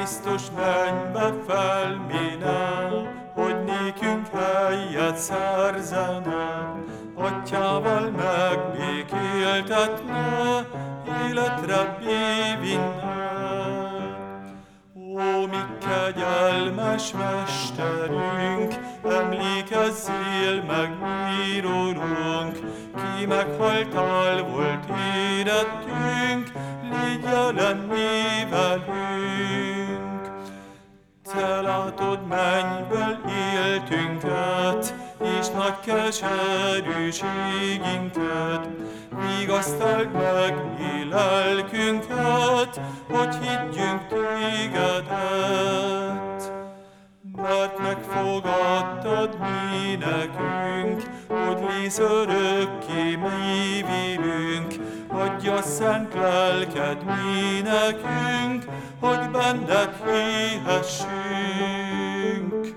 Krisztus mennybe felmine, hogy nékünk helyet szerzene, Atyával megbékéltetne, életre vinne. Ó, mi kegyelmes Mesterünk, emlékezzél meg mi rólunk, ki meghaltál volt érettünk, légy jelen mi velünk. Te látod mennyből éltünket, és nagy keserűségünket, vigasztald meg mi lelkünket, hogy higgyünk tégedet. Mert megfogadtad mi nekünk, hogy lész örökké mi vélünk, adja szent lelked mi nekünk, hogy benned hihessünk.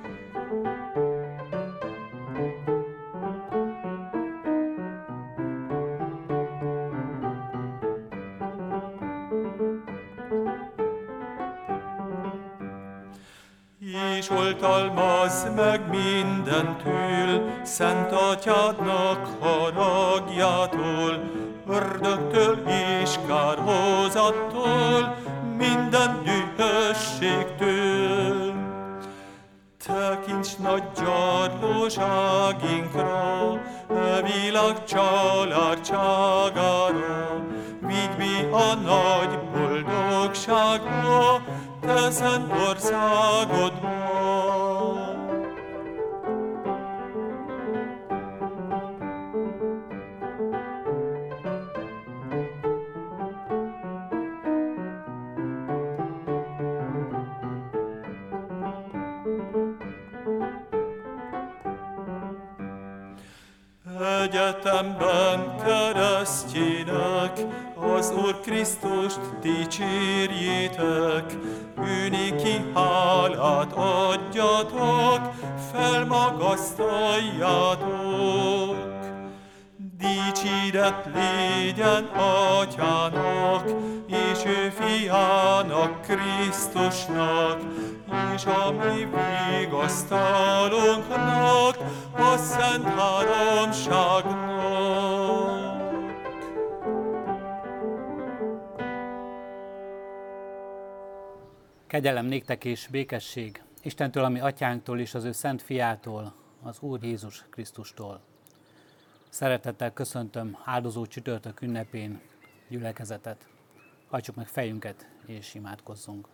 És oltalmazz meg mindentől, Szent Atyádnak haragjától, ördögtől és kárhozattól, minden dühösségtől. Tekints nagy gyarlóságinkra, világ családságára, vigy mi a nagy boldogságba, te szent országodba. Egyetemben keresztjének, az Úr Krisztust dicsérjétek, őnéki hálát adjatok, felmagasztaljátok. Dicséret légyen Atyának, és ő Fiának, Krisztusnak, és a mi vigasztalunknak, a Szent Háromságnak. Kegyelem néktek és békesség Istentől, ami Atyánktól és az ő Szent Fiától, az Úr Jézus Krisztustól. Szeretettel köszöntöm áldozó csütörtök ünnepén gyülekezetet. Hajtsuk meg fejünket és imádkozzunk.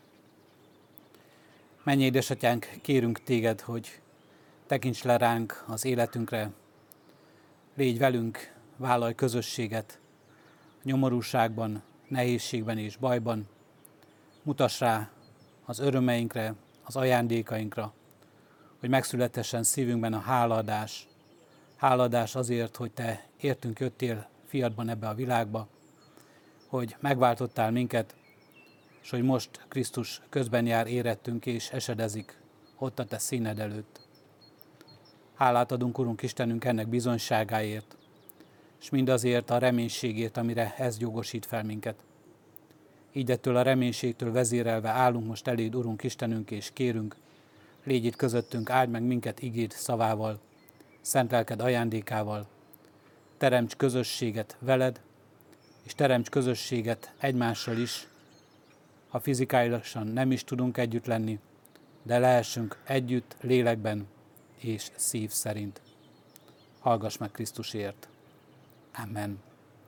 Menj, édesatyánk, kérünk téged, hogy tekints le ránk az életünkre, légy velünk, vállalj közösséget nyomorúságban, nehézségben és bajban, mutass rá az örömeinkre, az ajándékainkra, hogy megszülethessen szívünkben a hálaadás. Hálaadás azért, hogy te értünk jöttél fiadban ebbe a világba, hogy megváltottál minket, és hogy most Krisztus közben jár érettünk és esedezik ott a te színed előtt. Hálát adunk, Urunk Istenünk, ennek bizonyságáért, és mindazért a reménységért, amire ez jogosít fel minket. Így ettől a reménységtől vezérelve állunk most eléd, Urunk Istenünk, és kérünk, légy itt közöttünk, áld meg minket igéd szavával, szent lelked ajándékával, teremts közösséget veled, és teremts közösséget egymással is, ha fizikálisan nem is tudunk együtt lenni, de lehessünk együtt lélekben és szív szerint. Hallgass meg Krisztusért. Amen.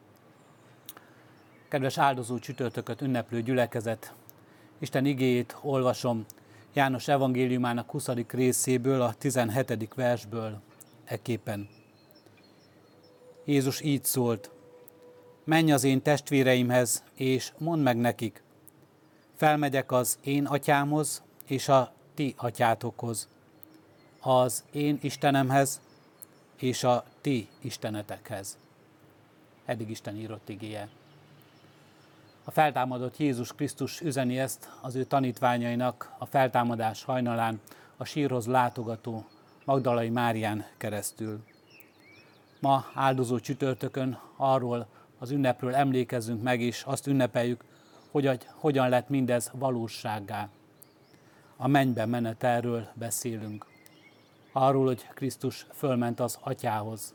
Kedves áldozó csütörtököt ünneplő gyülekezet, Isten igéjét olvasom János evangéliumának 20. részéből, a 17. versből ekképpen. Jézus így szólt: menj az én testvéreimhez, és mondd meg nekik, felmegyek az én atyámhoz, és a ti atyátokhoz, az én Istenemhez, és a ti istenetekhez. Eddig Isten írott igéje. A feltámadott Jézus Krisztus üzeni ezt az ő tanítványainak a feltámadás hajnalán a sírhoz látogató Magdalai Márián keresztül. Ma áldozó csütörtökön arról az ünnepről emlékezzünk meg, és azt ünnepeljük, hogy hogyan lett mindez valósággá a mennybe menetelről beszélünk. Arról, hogy Krisztus fölment az Atyához,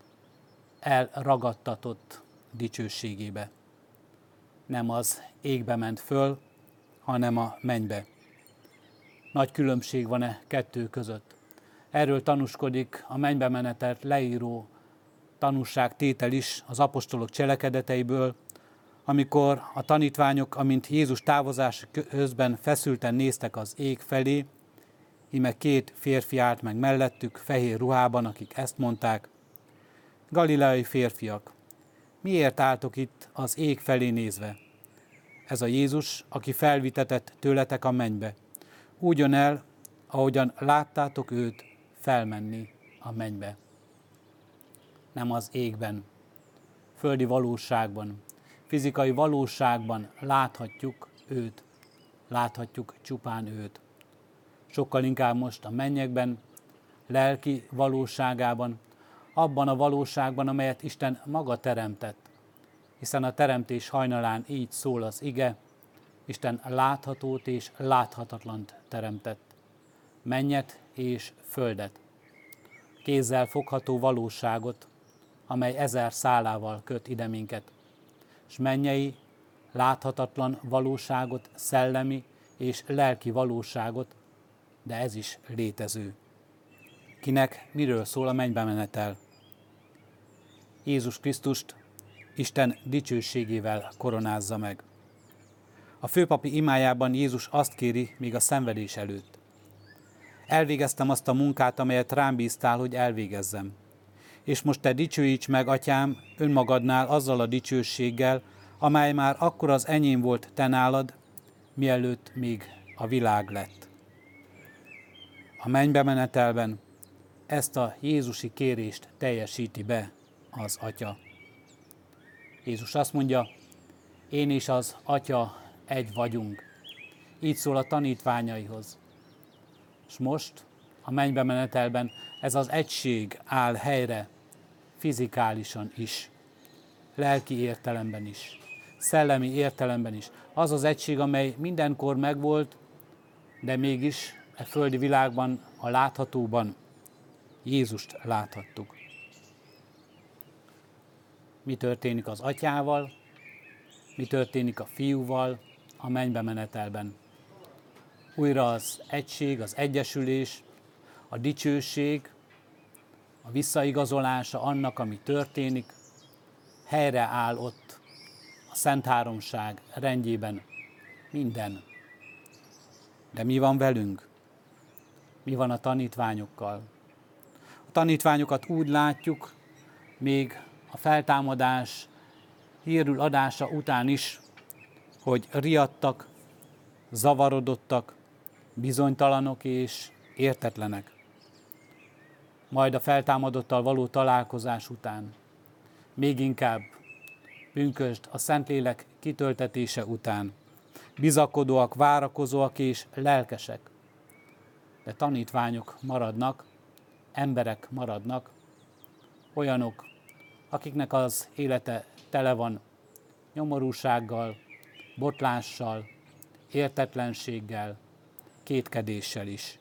elragadtatott dicsőségébe. Nem az égbe ment föl, hanem a mennybe. Nagy különbség van-e kettő között? Erről tanúskodik a mennybe menetelt leíró tanúságtétel is az apostolok cselekedeteiből, amikor a tanítványok, amint Jézus távozás közben feszülten néztek az ég felé, íme 2 férfi állt meg mellettük, fehér ruhában, akik ezt mondták: Galileai férfiak, miért álltok itt az ég felé nézve? Ez a Jézus, aki felvitetett tőletek a mennybe. Úgy jön el, ahogyan láttátok őt felmenni a mennybe. Nem az égben, földi valóságban, fizikai valóságban láthatjuk őt, láthatjuk csupán őt. Sokkal inkább most a mennyekben, lelki valóságában, abban a valóságban, amelyet Isten maga teremtett. Hiszen a teremtés hajnalán így szól az ige: Isten láthatót és láthatatlant teremtett, mennyet és földet, kézzel fogható valóságot, amely 1000 szálával köt ide minket, s mennyei, láthatatlan valóságot, szellemi és lelki valóságot, de ez is létező. Kinek miről szól a mennybe menetel? Jézus Krisztust Isten dicsőségével koronázza meg. A főpapi imájában Jézus azt kéri még a szenvedés előtt: elvégeztem azt a munkát, amelyet rám bíztál, hogy elvégezzem. És most te dicsőíts meg, Atyám, önmagadnál azzal a dicsőséggel, amely már akkor az enyém volt te nálad, mielőtt még a világ lett. A mennybe menetelben ezt a jézusi kérést teljesíti be az Atya. Jézus azt mondja: én és az Atya egy vagyunk. Így szól a tanítványaihoz. És most a mennybe menetelben ez az egység áll helyre fizikálisan is, lelki értelemben is, szellemi értelemben is. Az az egység, amely mindenkor megvolt, de mégis a földi világban, a láthatóban Jézust láthattuk. Mi történik az Atyával, mi történik a Fiúval a mennybe menetelben? Újra az egység, az egyesülés, a dicsőség, a visszaigazolása annak, ami történik, helyreáll ott a Szent Háromság rendjében minden. De mi van velünk? Mi van a tanítványokkal? A tanítványokat úgy látjuk, még a feltámadás hírül adása után is, hogy riadtak, zavarodottak, bizonytalanok és értetlenek. Majd a feltámadottal való találkozás után, még inkább pünkösd a Szentlélek kitöltetése után, bizakodóak, várakozóak és lelkesek. De tanítványok maradnak, emberek maradnak, olyanok, akiknek az élete tele van nyomorúsággal, botlással, értetlenséggel, kétkedéssel is.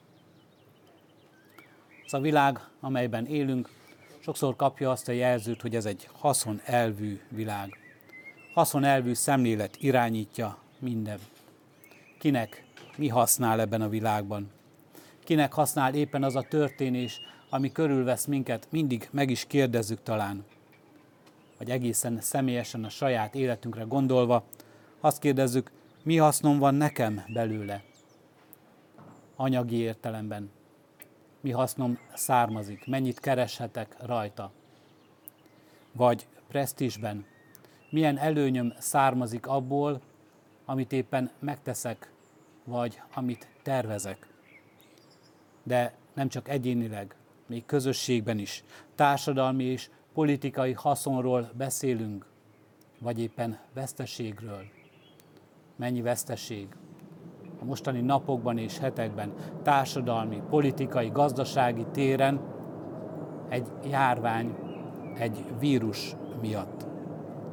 Ez a világ, amelyben élünk, sokszor kapja azt a jelzőt, hogy ez egy haszonelvű világ. Haszonelvű szemlélet irányítja minden. Kinek mi használ ebben a világban? Kinek használ éppen az a történés, ami körülvesz minket, mindig meg is kérdezzük talán. Vagy egészen személyesen a saját életünkre gondolva, azt kérdezzük, mi hasznom van nekem belőle? Anyagi értelemben. Mi hasznom származik? Mennyit kereshetek rajta? Vagy presztízsben. Milyen előnyöm származik abból, amit éppen megteszek, vagy amit tervezek? De nem csak egyénileg, még közösségben is, társadalmi és politikai haszonról beszélünk, vagy éppen veszteségről. Mennyi veszteség a mostani napokban és hetekben, társadalmi, politikai, gazdasági téren egy járvány, egy vírus miatt.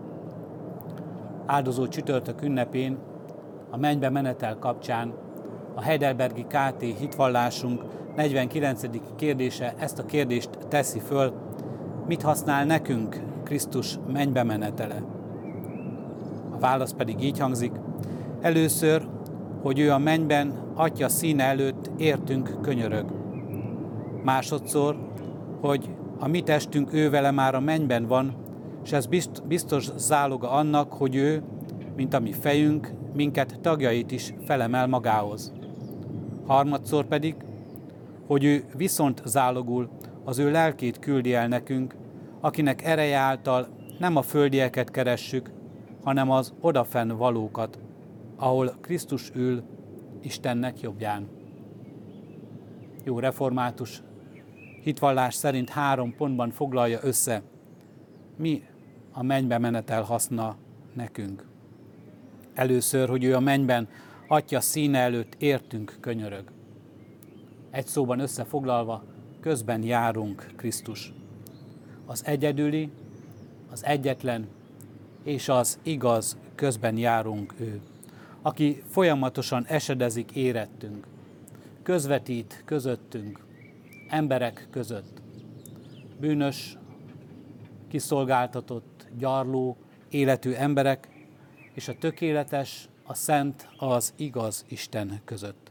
Áldozó csütörtök ünnepén, a mennybe menetel kapcsán A Heidelbergi KT hitvallásunk 49. kérdése ezt a kérdést teszi föl: mit használ nekünk Krisztus mennybe menetele? A válasz pedig így hangzik: először, hogy ő a mennyben Atya színe előtt értünk könyörög. Másodszor, hogy a mi testünk ővele már a mennyben van, és ez biztos záloga annak, hogy ő, mint a mi fejünk, minket tagjait is felemel magához. Harmadszor pedig, hogy ő viszont zálogul az ő lelkét küldi el nekünk, akinek ereje által nem a földieket keressük, hanem az odafenn valókat, ahol Krisztus ül Istennek jobbján. Jó református hitvallás szerint 3 pontban foglalja össze, mi a mennybe menetel haszna nekünk. Először, hogy ő a mennyben Atya színe előtt értünk könyörög. Egy szóban összefoglalva, közben járunk Krisztus. Az egyedüli, az egyetlen és az igaz közben járunk ő, aki folyamatosan esedezik érettünk, közvetít közöttünk, emberek között. Bűnös, kiszolgáltatott, gyarló, életű emberek és a tökéletes, a szent, az igaz Isten között.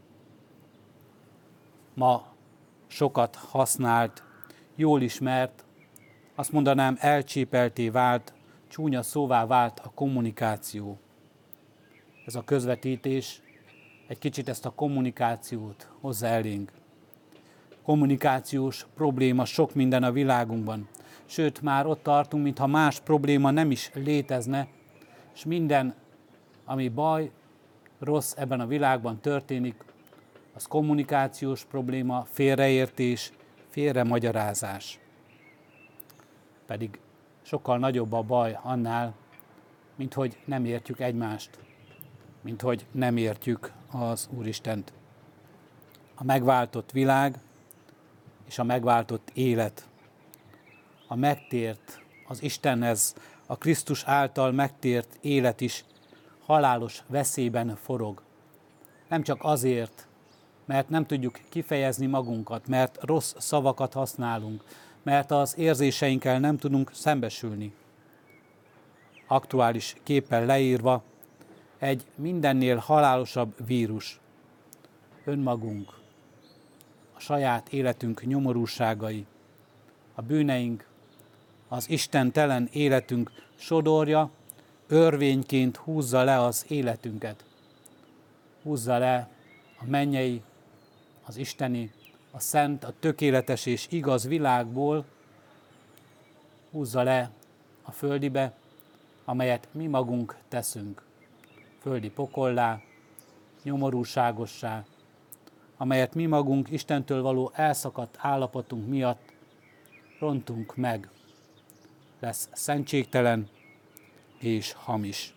Ma sokat használt, jól ismert, azt mondanám elcsépelté vált, csúnya szóvá vált a kommunikáció. Ez a közvetítés egy kicsit ezt a kommunikációt hozza elénk. Kommunikációs probléma sok minden a világunkban. Sőt, már ott tartunk, mintha más probléma nem is létezne, és minden, ami baj, rossz ebben a világban történik, az kommunikációs probléma, félreértés, félremagyarázás. Pedig sokkal nagyobb a baj annál, mint hogy nem értjük egymást, mint hogy nem értjük az Úristent. A megváltott világ és a megváltott élet, a megtért, az Istenhez, a Krisztus által megtért élet is halálos veszélyben forog. Nem csak azért, mert nem tudjuk kifejezni magunkat, mert rossz szavakat használunk, mert az érzéseinkkel nem tudunk szembesülni. Aktuális képpel leírva, egy mindennél halálosabb vírus. Önmagunk, a saját életünk nyomorúságai, a bűneink, az istentelen életünk sodorja, örvényként húzza le az életünket. Húzza le a mennyei, az isteni, a szent, a tökéletes és igaz világból, húzza le a földibe, amelyet mi magunk teszünk. Földi pokollá, nyomorúságossá, amelyet mi magunk Istentől való elszakadt állapotunk miatt rontunk meg. Lesz szentségtelen és hamis.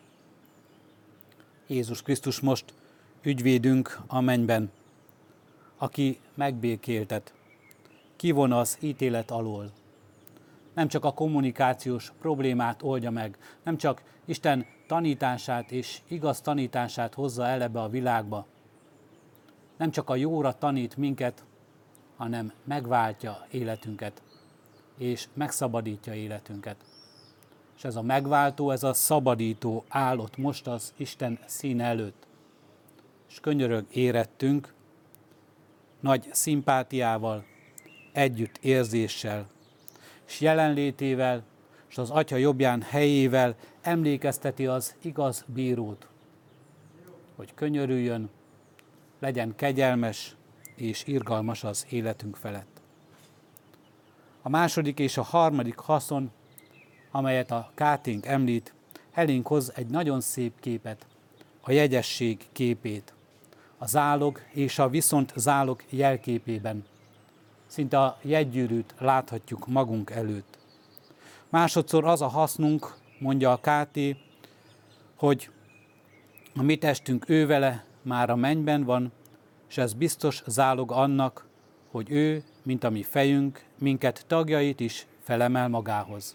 Jézus Krisztus most ügyvédünk a mennyben, aki megbékéltet, kivon az ítélet alól. Nem csak a kommunikációs problémát oldja meg, nem csak Isten tanítását és igaz tanítását hozza el ebbe a világba, nem csak a jóra tanít minket, hanem megváltja életünket, és megszabadítja életünket. És ez a megváltó, ez a szabadító áll ott most az Isten színe előtt. És könyörög érettünk, nagy szimpátiával, együtt érzéssel, és jelenlétével, és az Atya jobbján helyével emlékezteti az igaz bírót, hogy könyörüljön, legyen kegyelmes és irgalmas az életünk felett. A második és a harmadik haszon, amelyet a KT-nk említ, elénk hoz egy nagyon szép képet, a jegyesség képét, a zálog és a viszont zálog jelképében. Szinte a jegygyűrűt láthatjuk magunk előtt. Másodszor az a hasznunk, mondja a KT, hogy a mi testünk ővele már a mennyben van, és ez biztos zálog annak, hogy ő, mint a mi fejünk, minket tagjait is felemel magához.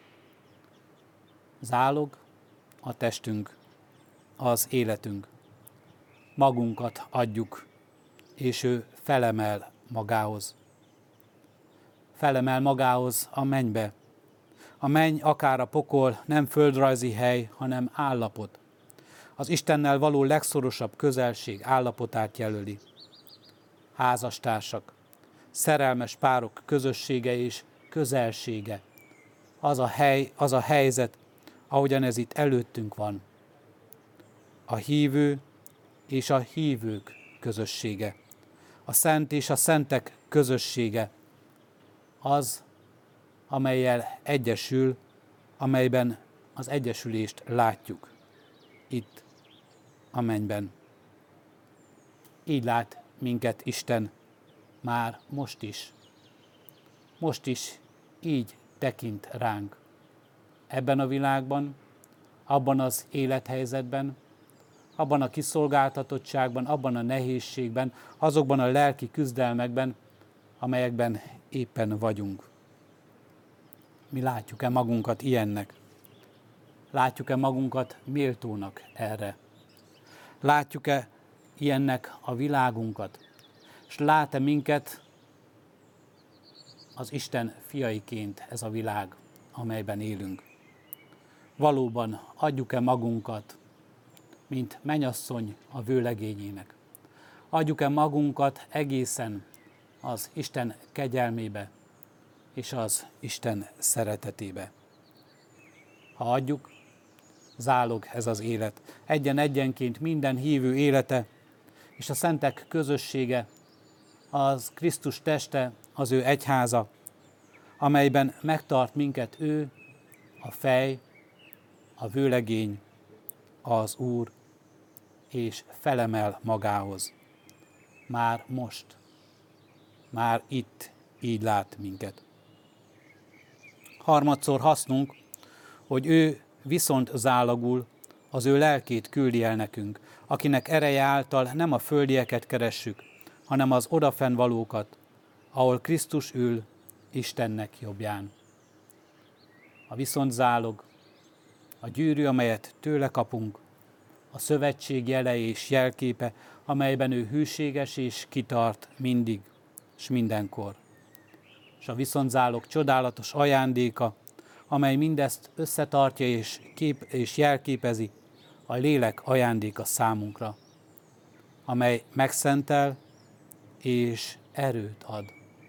Zálog a testünk, az életünk. Magunkat adjuk és ő felemel magához. Felemel magához a mennybe. A menny, akár a pokol nem földrajzi hely, hanem állapot. Az Istennel való legszorosabb közelség állapotát jelöli. Házastársak, szerelmes párok közössége és közelsége. Az a hely, az a helyzet, ahogyan ez itt előttünk van. A hívő és a hívők közössége. A szent és a szentek közössége. Az, amellyel egyesül, amelyben az egyesülést látjuk. Itt, a mennyben. Így lát minket Isten már most is. Most is így tekint ránk. Ebben a világban, abban az élethelyzetben, abban a kiszolgáltatottságban, abban a nehézségben, azokban a lelki küzdelmekben, amelyekben éppen vagyunk. Mi látjuk-e magunkat ilyennek? Látjuk-e magunkat méltónak erre? Látjuk-e ilyennek a világunkat? És lát-e minket az Isten fiaiként ez a világ, amelyben élünk? Valóban adjuk-e magunkat, mint mennyasszony a vőlegényének? Adjuk-e magunkat egészen az Isten kegyelmébe és az Isten szeretetébe? Ha adjuk, zálog ez az élet. Egyen-egyenként minden hívő élete és a szentek közössége, az Krisztus teste, az ő egyháza, amelyben megtart minket ő, a fej, a vőlegény, az Úr, és felemel magához. Már most, már itt így lát minket. Harmadszor hasznunk, hogy ő viszont zálogul az ő lelkét küldi el nekünk, akinek ereje által nem a földieket keressük, hanem az odafenn valókat, ahol Krisztus ül Istennek jobbján. A viszont zálog, a gyűrű, amelyet tőle kapunk, a szövetség jele és jelképe, amelyben ő hűséges és kitart mindig és mindenkor. És a viszontzálog csodálatos ajándéka, amely mindezt összetartja és jelképezi, a lélek ajándéka számunkra, amely megszentel és erőt ad.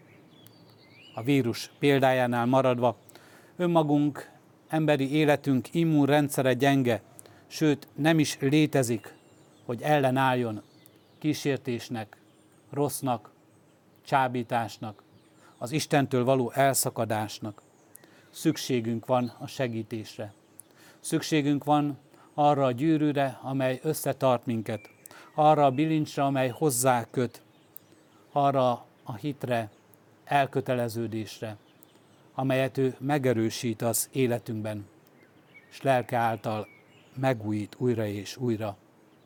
A vírus példájánál maradva, önmagunk, emberi életünk immunrendszere gyenge, sőt nem is létezik, hogy ellenálljon kísértésnek, rossznak, csábításnak, az Istentől való elszakadásnak. Szükségünk van a segítésre. Szükségünk van arra a gyűrűre, amely összetart minket, arra a bilincsre, amely hozzá köt, arra a hitre, elköteleződésre, amelyet ő megerősít az életünkben, és lelke által megújít újra és újra,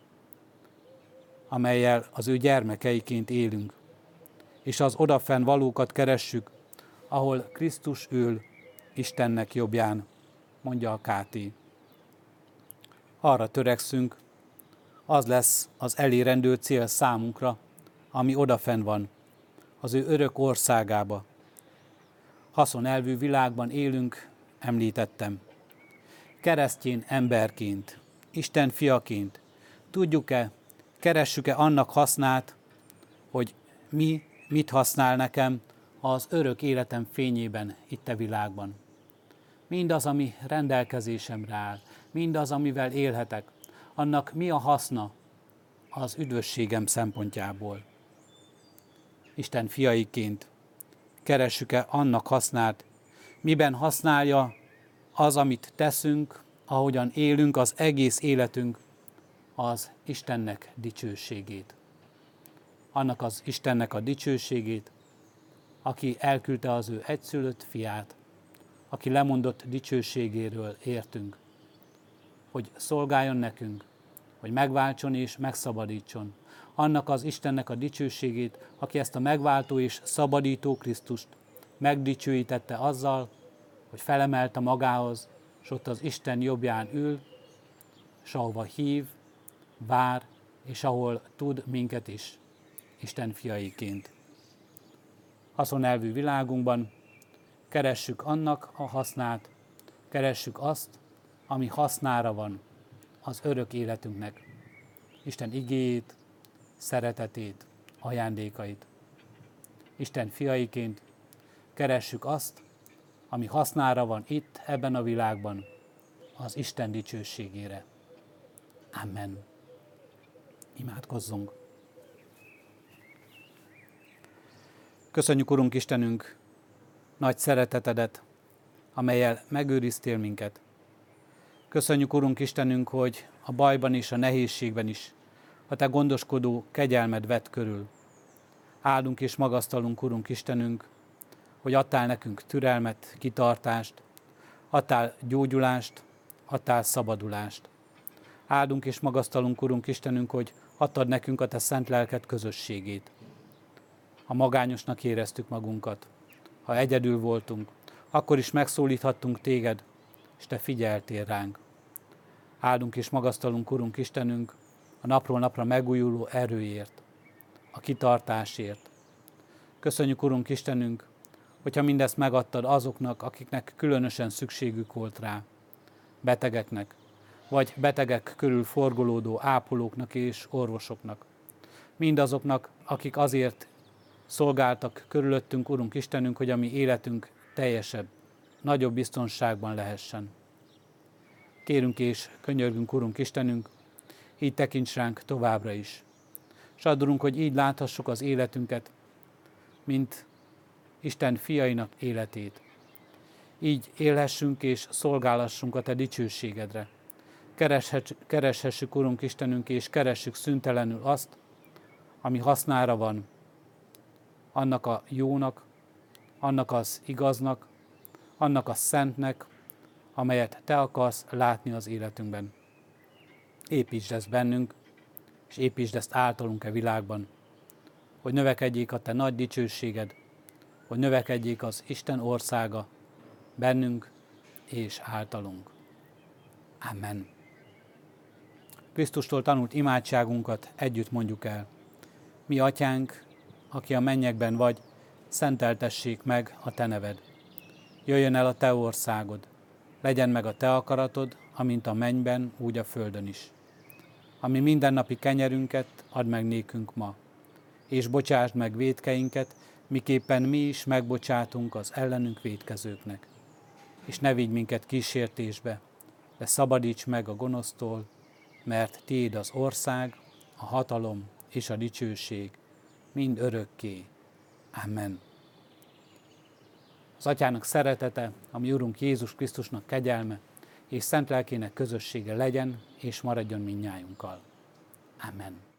amellyel az ő gyermekeiként élünk, és az odafenn valókat keressük, ahol Krisztus ül Istennek jobbján, mondja a Káté. Arra törekszünk, az lesz az elérendő cél számunkra, ami odafenn van, az ő örök országába. Haszonelvű világban élünk, említettem. Keresztény emberként, Isten fiaként tudjuk-e, keressük-e annak hasznát, hogy mit használ nekem az örök életem fényében itt a világban. Mindaz, ami rendelkezésemre áll, mindaz, amivel élhetek, annak mi a haszna az üdvösségem szempontjából. Isten fiaiként keressük-e annak hasznát, miben használja az, amit teszünk, ahogyan élünk, az egész életünk, az Istennek dicsőségét. Annak az Istennek a dicsőségét, aki elküldte az ő egyszülött fiát, aki lemondott dicsőségéről értünk, hogy szolgáljon nekünk, hogy megváltson és megszabadítson. Annak az Istennek a dicsőségét, aki ezt a megváltó és szabadító Krisztust megdicsőítette azzal, hogy felemelte magához, és ott az Isten jobbján ül, és ahova hív, vár, és ahol tud minket is Isten fiaiként. Haszonelvű világunkban keressük annak a hasznát, keressük azt, ami hasznára van az örök életünknek. Isten igéjét, szeretetét, ajándékait. Isten fiaiként keressük azt, ami hasznára van itt, ebben a világban, az Isten dicsőségére. Amen. Imádkozzunk. Köszönjük, Urunk Istenünk, nagy szeretetedet, amellyel megőriztél minket. Köszönjük, Urunk Istenünk, hogy a bajban és a nehézségben is a te gondoskodó kegyelmed vett körül. Áldunk és magasztalunk, Urunk Istenünk, hogy adtál nekünk türelmet, kitartást, adtál gyógyulást, adtál szabadulást. Áldunk és magasztalunk, Urunk Istenünk, hogy adtad nekünk a te szent lelked közösségét. Ha magányosnak éreztük magunkat, ha egyedül voltunk, akkor is megszólíthattunk téged, és te figyeltél ránk. Áldunk és magasztalunk, Urunk Istenünk, a napról napra megújuló erőért, a kitartásért. Köszönjük, Urunk Istenünk, hogyha mindezt megadtad azoknak, akiknek különösen szükségük volt rá, betegeknek, vagy betegek körül forgolódó ápolóknak és orvosoknak. Mindazoknak, akik azért szolgáltak körülöttünk, Urunk Istenünk, hogy a mi életünk teljesebb, nagyobb biztonságban lehessen. Kérünk és könyörgünk, Urunk Istenünk, így tekints ránk továbbra is. S add, Urunk, hogy így láthassuk az életünket, mint Isten fiainak életét. Így élhessünk és szolgálhassunk a te dicsőségedre. Kereshessük, Urunk Istenünk, és keressük szüntelenül azt, ami hasznára van annak a jónak, annak az igaznak, annak a szentnek, amelyet te akarsz látni az életünkben. Építsd ezt bennünk, és építsd ezt általunk a világban, hogy növekedjék a te nagy dicsőséged, hogy növekedjék az Isten országa bennünk és általunk. Amen. Krisztustól tanult imádságunkat együtt mondjuk el. Mi atyánk, aki a mennyekben vagy, szenteltessék meg a te neved. Jöjjön el a te országod, legyen meg a te akaratod, amint a mennyben, úgy a földön is. Ami mindennapi kenyerünket add meg nékünk ma, és bocsásd meg vétkeinket, miképpen mi is megbocsátunk az ellenünk vétkezőknek. És ne vigy minket kísértésbe, de szabadíts meg a gonosztól, mert tiéd az ország, a hatalom és a dicsőség, mind örökké. Amen. Az Atyának szeretete, a mi Urunk Jézus Krisztusnak kegyelme, és szent lelkének közössége legyen, és maradjon mindnyájunkkal. Amen.